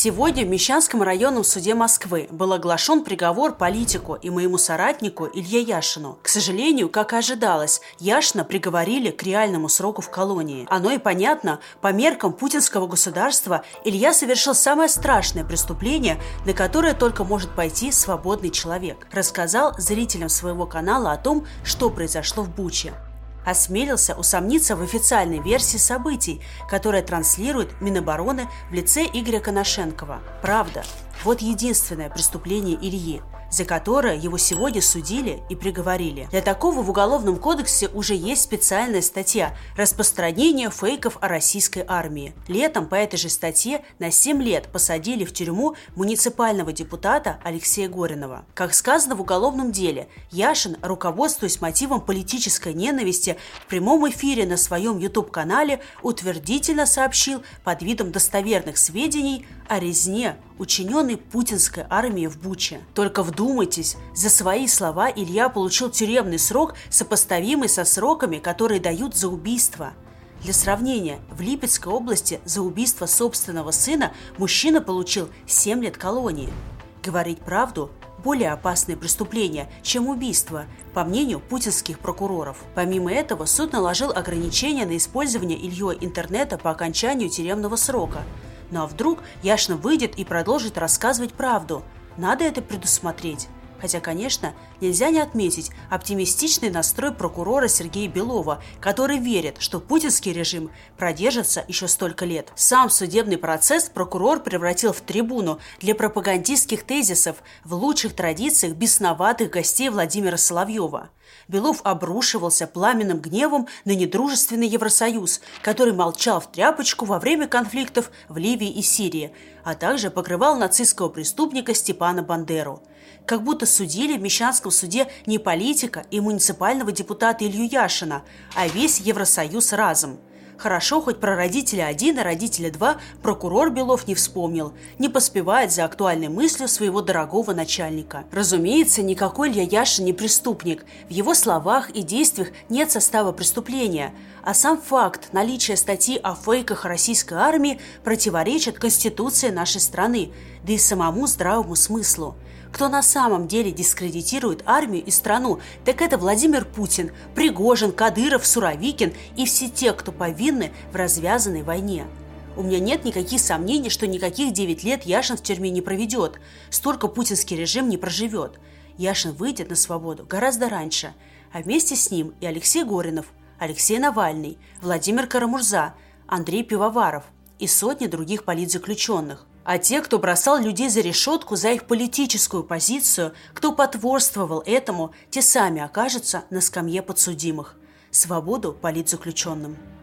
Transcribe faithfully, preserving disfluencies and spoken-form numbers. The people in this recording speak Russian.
Сегодня в Мещанском районном суде Москвы был оглашен приговор политику и моему соратнику Илье Яшину. К сожалению, как и ожидалось, Яшина приговорили к реальному сроку в колонии. Оно и понятно, по меркам путинского государства Илья совершил самое страшное преступление, на которое только может пойти свободный человек. Рассказал зрителям своего канала о том, что произошло в Буче. Осмелился усомниться в официальной версии событий, которая транслирует Минобороны в лице Игоря Коношенкова. Правда, вот единственное преступление Ильи, за которое его сегодня судили и приговорили. Для такого в Уголовном кодексе уже есть специальная статья «Распространение фейков о российской армии». Летом по этой же статье на семь лет посадили в тюрьму муниципального депутата Алексея Горинова. Как сказано в уголовном деле, Яшин, руководствуясь мотивом политической ненависти, в прямом эфире на своем YouTube-канале утвердительно сообщил под видом достоверных сведений о резне, учиненной путинской армией в Буче. Только вдумайтесь, за свои слова Илья получил тюремный срок, сопоставимый со сроками, которые дают за убийство. Для сравнения, в Липецкой области за убийство собственного сына мужчина получил семь лет колонии. Говорить правду – более опасное преступление, чем убийство, по мнению путинских прокуроров. Помимо этого, суд наложил ограничения на использование Ильей интернета по окончанию тюремного срока. Ну а вдруг Яшин выйдет и продолжит рассказывать правду? Надо это предусмотреть. Хотя, конечно, нельзя не отметить оптимистичный настрой прокурора Сергея Белова, который верит, что путинский режим продержится еще столько лет. Сам судебный процесс прокурор превратил в трибуну для пропагандистских тезисов в лучших традициях бесноватых гостей Владимира Соловьева. Белов обрушивался пламенным гневом на недружественный Евросоюз, который молчал в тряпочку во время конфликтов в Ливии и Сирии, а также покрывал нацистского преступника Степана Бандеру. Как будто судили в Мещанском суде не политика и муниципального депутата Илью Яшина, а весь Евросоюз разом. Хорошо, хоть про родителя один и родителя два прокурор Белов не вспомнил, не поспевает за актуальной мыслью своего дорогого начальника. Разумеется, никакой Илья Яшин не преступник. В его словах и действиях нет состава преступления, а сам факт наличия статьи о фейках российской армии противоречит Конституции нашей страны, да и самому здравому смыслу. Кто на самом деле дискредитирует армию и страну, так это Владимир Путин, Пригожин, Кадыров, Суровикин и все те, кто повинны в развязанной войне. У меня нет никаких сомнений, что никаких девять лет Яшин в тюрьме не проведет, столько путинский режим не проживет. Яшин выйдет на свободу гораздо раньше, а вместе с ним и Алексей Горинов, Алексей Навальный, Владимир Карамурза, Андрей Пивоваров и сотни других политзаключенных. А те, кто бросал людей за решетку за их политическую позицию, кто потворствовал этому, те сами окажутся на скамье подсудимых. Свободу политзаключенным.